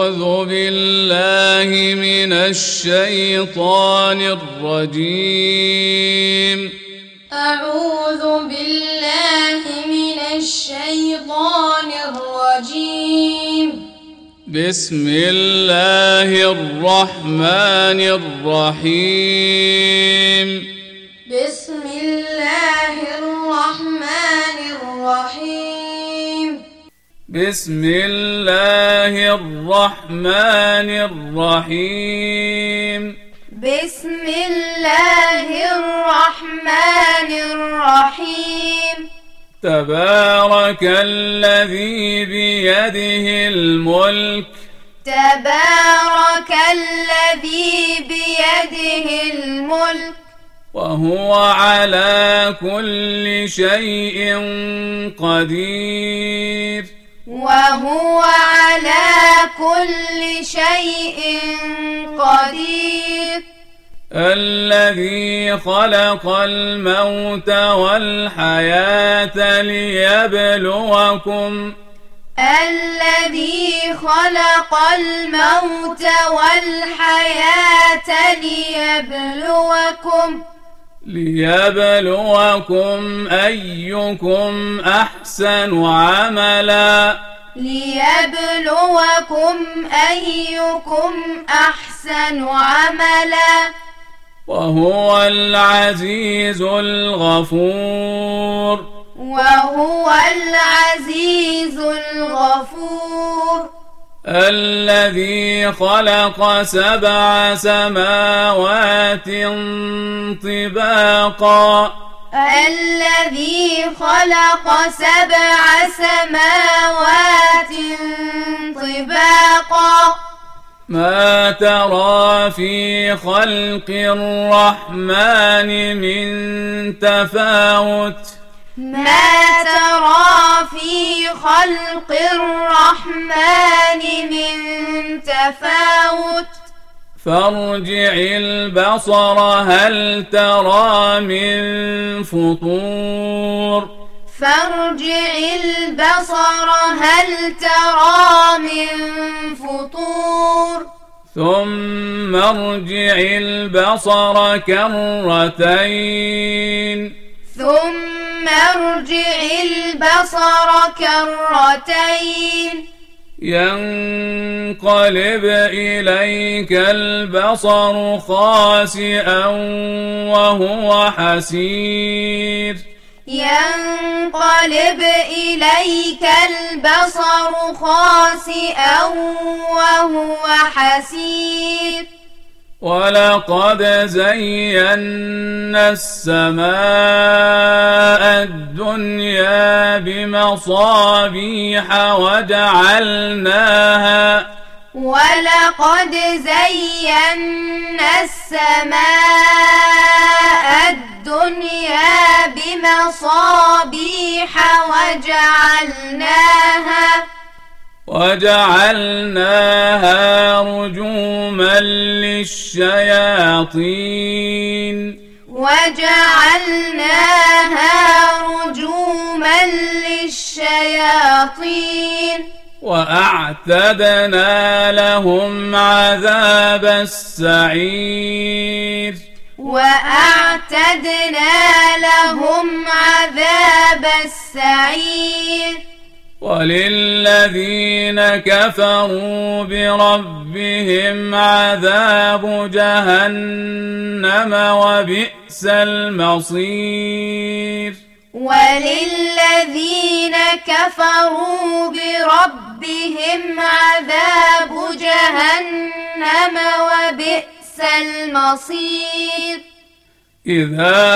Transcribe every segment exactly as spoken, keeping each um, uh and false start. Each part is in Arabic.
أعوذ بالله من الشيطان الرجيم أعوذ بالله من الشيطان الرجيم بسم الله الرحمن الرحيم بسم الله الرحمن الرحيم بسم الله الرحمن الرحيم بسم الله الرحمن الرحيم تبارك الذي بيده الملك تبارك الذي بيده الملك وهو على كل شيء قدير وهو على كل شيء قدير الذي خلق الموت والحياة ليبلوكم الذي خلق الموت والحياة ليبلوكم ليبلوكم أيكم أحسن عملا ليبلوكم أيكم أحسن عملا وهو العزيز الغفور وهو العزيز الغفور الذي خلق سبع سماوات طباقا الذي خلق سبع سماوات طباقا ما ترى في خلق الرحمن من تفاوت ما ترى في خلق الرحمن من تفاوت فارجع البصر هل ترى من فطور فارجع البصر هل ترى من فطور ثم ارجع البصر كرتين ثم ارجع البصر كرتين ينقلب إليك البصر خاسئا وهو حسير ينقلب إليك البصر خاسئا وهو حسير ولقد زينا السماء الدنيا بمصابيح وجعلناها ولقد زينا السماء الدنيا بمصابيح وجعلناها وجعلناها رجوما للشياطين وجعلناها رجوما للشياطين وأعتدنا لهم عذاب السعير وأعتدنا لهم عذاب السعير وللذين كفروا بربهم عذاب جهنم وبئس المصير وللذين كفروا بربهم عذاب جهنم وبئس المصير إذا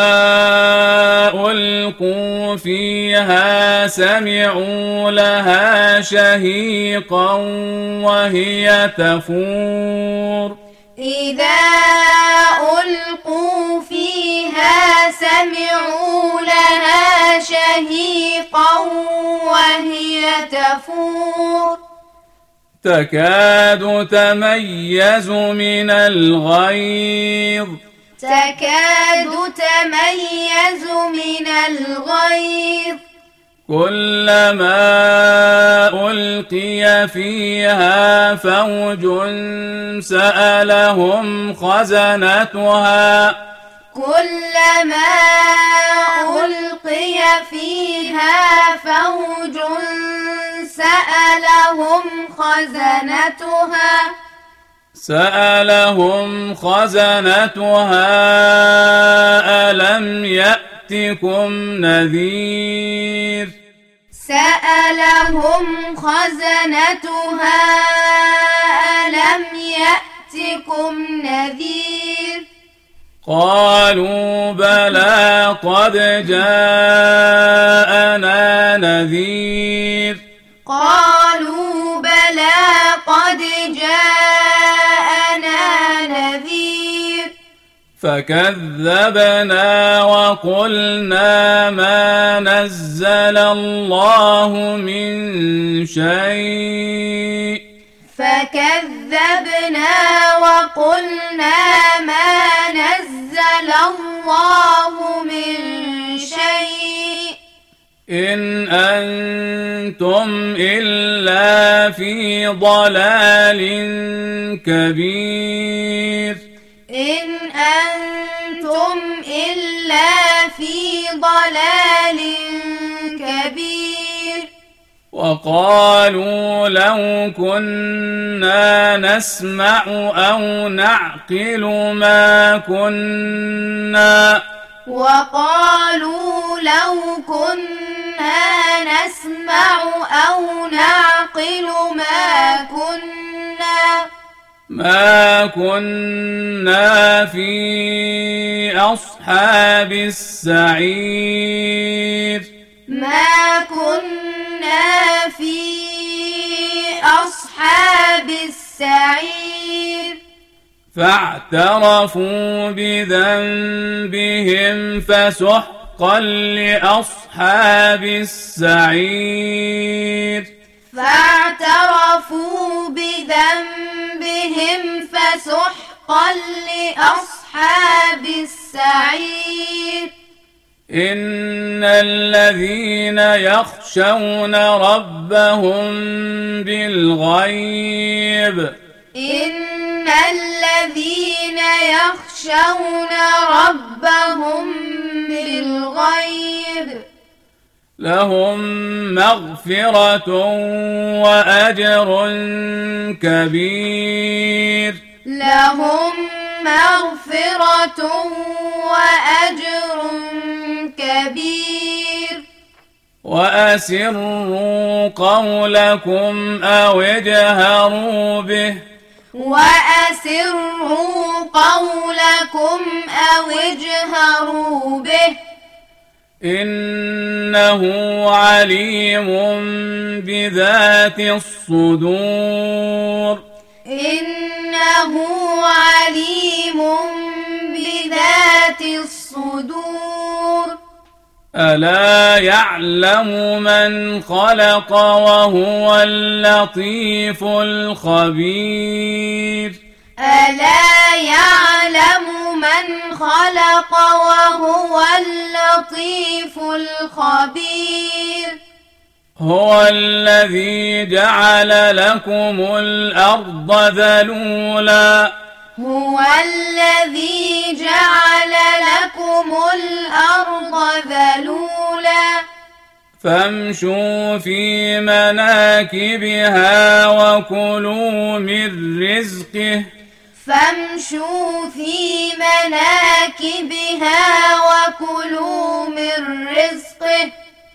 ألقوا فيها سمعوا لها شهيقا وهي تفور إذا ألقوا فيها سمعوا لها شهيقا وهي تفور تكاد تميز من الغيظ تكاد تميز من الغيظ كلما ألقي فيها فوج سألهم خزنتها كلما ألقي فيها فوج سألهم خزنتها سألهم خزنتها ألم يأتكم نذير سألهم خزنتها ألم يأتكم نذير قالوا بلى قد جاءنا نذير قالوا بلى قد جاءنا نذير فكذبنا وقلنا ما نزل الله من شيء فكذبنا وقلنا ما نزل الله من شيء إن أنتم إلا في ضلال كبير إن أنتم إلا في ضلال كبير وقالوا لو كنا نسمع أو نعقل ما كنا وقالوا لو كنا نسمع أو نعقل ما كنا ما كنا في أصحاب السعير ما كنا في أصحاب السعير فاعترفوا بذنبهم فسحقا لأصحاب السعير فاعترفوا بذنبهم فسحقا لأصحاب السعير إن الذين يخشون ربهم بالغيب إن الذين يخشون ربهم بالغيب لهم مغفرة وأجر كبير لهم مغفرة وأجر كبير وأسروا قولكم أو اجهروا به وأسروا قولكم أو اجهروا به إنه عليم بذات الصدور إنه عليم بذات الصدور ألا يعلم من خلق وهو اللطيف الخبير ألا يعلم من خلق وهو اللطيف الخبير هو الذي جعل لكم الأرض ذلولا هو الذي جعل لكم الأرض ذلولا فامشوا في مناكبها وكلوا من رزقه فامشوا في مناكبها وكلوا من رزقه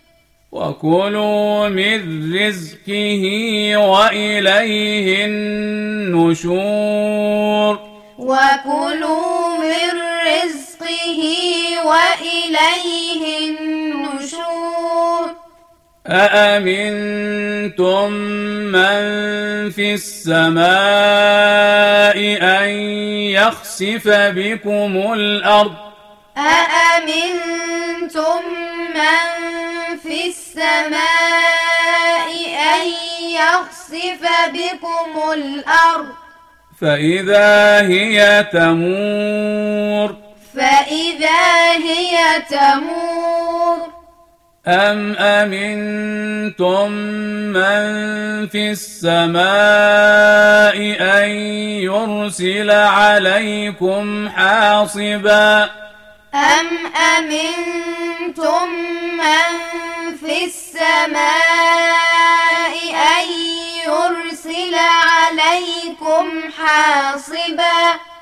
وكلوا من رزقه وإليه النشور وكلوا من رزقه وإليه النشور أأمنتم من في السماء أن يخسف بكم الأرض أأمنتم من في السماء أن يخسف بكم الأرض فإذا هي تمور فإذا هي تمور أم أمنتم من في السماء أن يرسل عليكم حاصبا أم أمنتم من في السماء أن يرسل عليكم حاصبا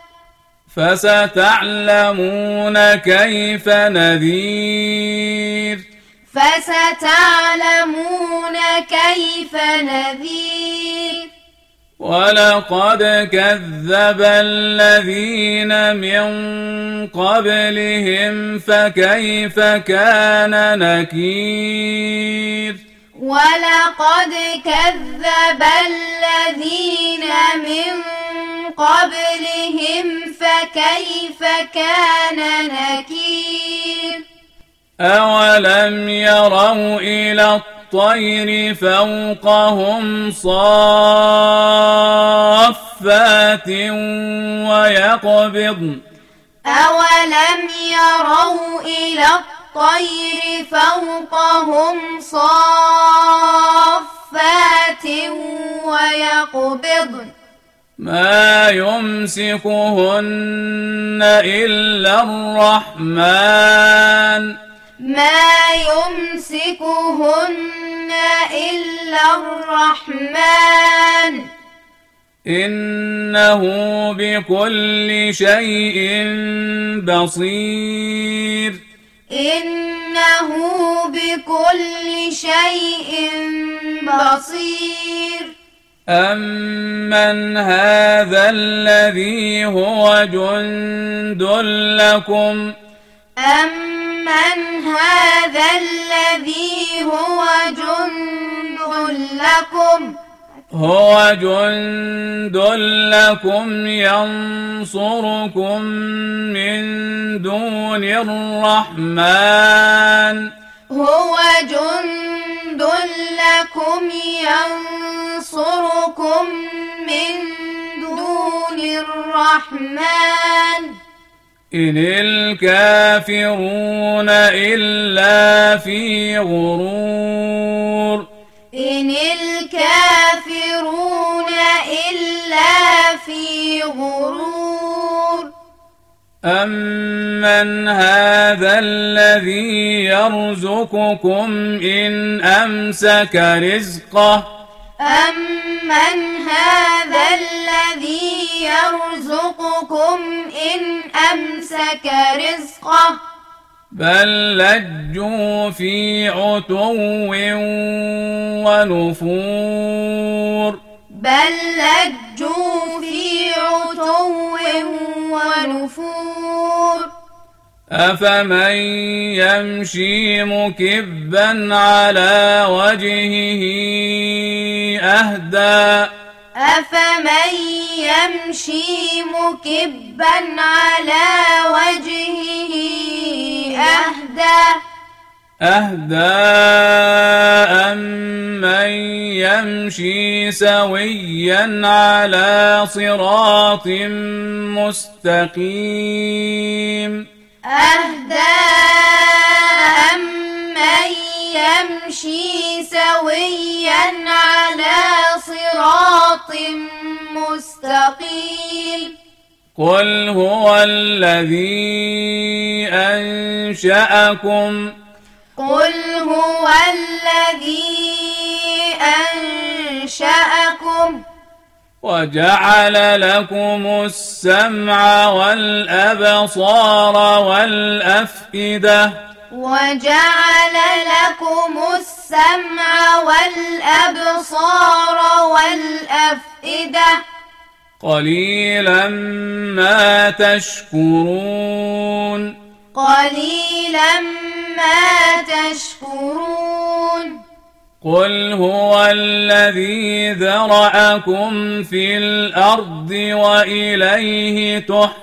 فستعلمون كيف نذير فستعلمون كيف نذير ولقد كذب الذين من قبلهم فكيف كان نكير ولقد كذب الذين من قبلهم فكيف كان نكير أولم يروا إلى الطير فوقهم صافات ويقبضن أولم يروا إلى الطير فوقهم صافات ويقبضن ما يمسكهن إلا الرحمن ما يمسكهن إلا الرحمن إنه بكل شيء بصير إنه بكل شيء بصير أمن هذا الذي هو جند لكم أمن هذا الذي هو جند لكم هو جند لكم ينصركم من دون الرحمن هو جند لكم ينصركم من دون الرحمن إن الكافرون إلا في غرور إن الكافرون إلا في غرور أمن هذا الذي يرزقكم إن أمسك رزقه أمن هذا الذي يرزقكم إن أمسك رزقه بل لجوا في عتو ونفور بل لجوا في عتو ونفور أفمن يمشي مكبا على وجهه أهدى أفمن يمشي مكبا على وجهه أهدى أهدى أمن يمشي سويا على صراط مستقيم أهدى أمن يمشي سويا على صراط مستقيم قل هو الذي أنشأكم قل هو الذي أنشأكم وجعل لكم السمع والأبصار والأفئدة وجعل لكم السمع والأبصار والأفئدة قليلا ما تشكرون قليلا ما تشكرون قل هو الذي ذرأكم في الأرض وإليه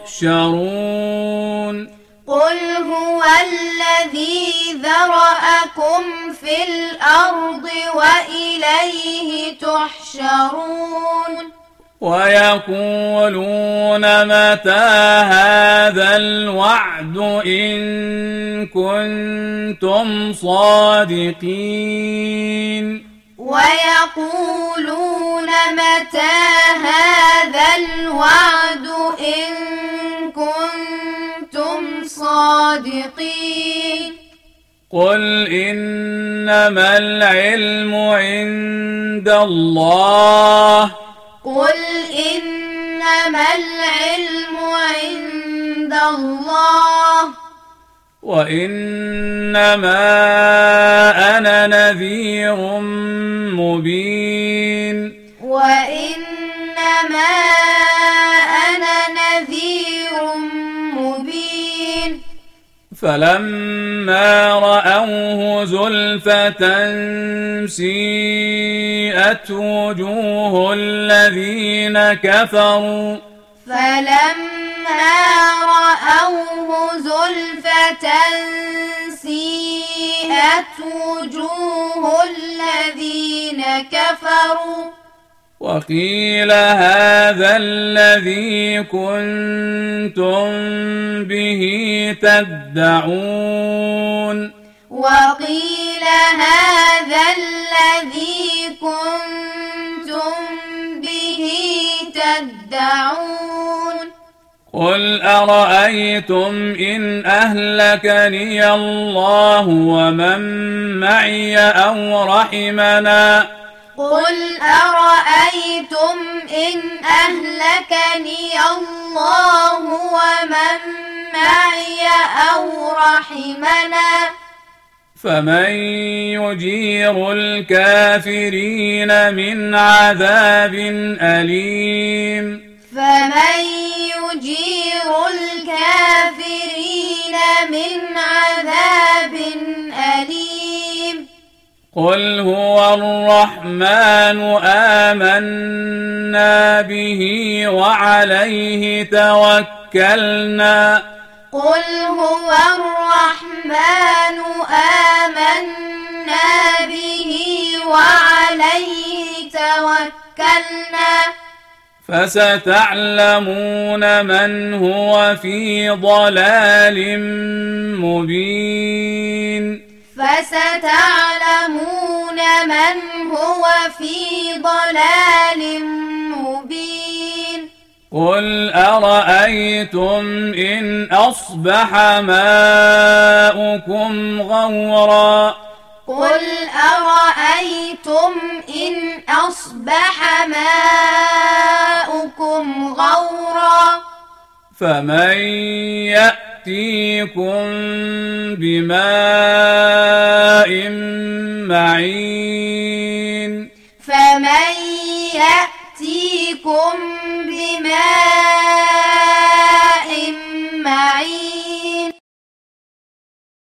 تحشرون قل هو الذي ذرأكم في الأرض وإليه تحشرون ويقولون متى هذا الوعد إن كنتم صادقين ويقولون متى هذا الوعد إن كنتم صادقين قل إنما العلم عند الله قل إنما العلم عند الله وإنما أنا نذير مبين وإنما أنا نذير مبين فلما رأوه زلفة سيئت وجوه الذين كفروا فلما رأوه زلفة سيئت وجوه الذين كفروا وقيل هذا الذي كنتم به تدعون وقيل هذا الذي كنتم به تدعون قل أرأيتم إن أهلكني الله ومن معي أو رحمنا قل أرأيتم إن أهلكني الله ومن معي أو رحمنا فمن يجير الكافرين من عذاب أليم فمن يجير الكافرين من عذاب أليم قل هو الرحمن آمنا به وعليه توكلنا قل هو الرحمن آمنا به وعليه توكلنا فستعلمون من هو في ضلال مبين فستعلمون من هو في ضلال مبين قل أرأيتم إن أصبح ماؤكم غورا قل أرأيتم إن أصبح ماؤكم غورا فمن يأتيكم بماء معين فمن يأتيكم بماء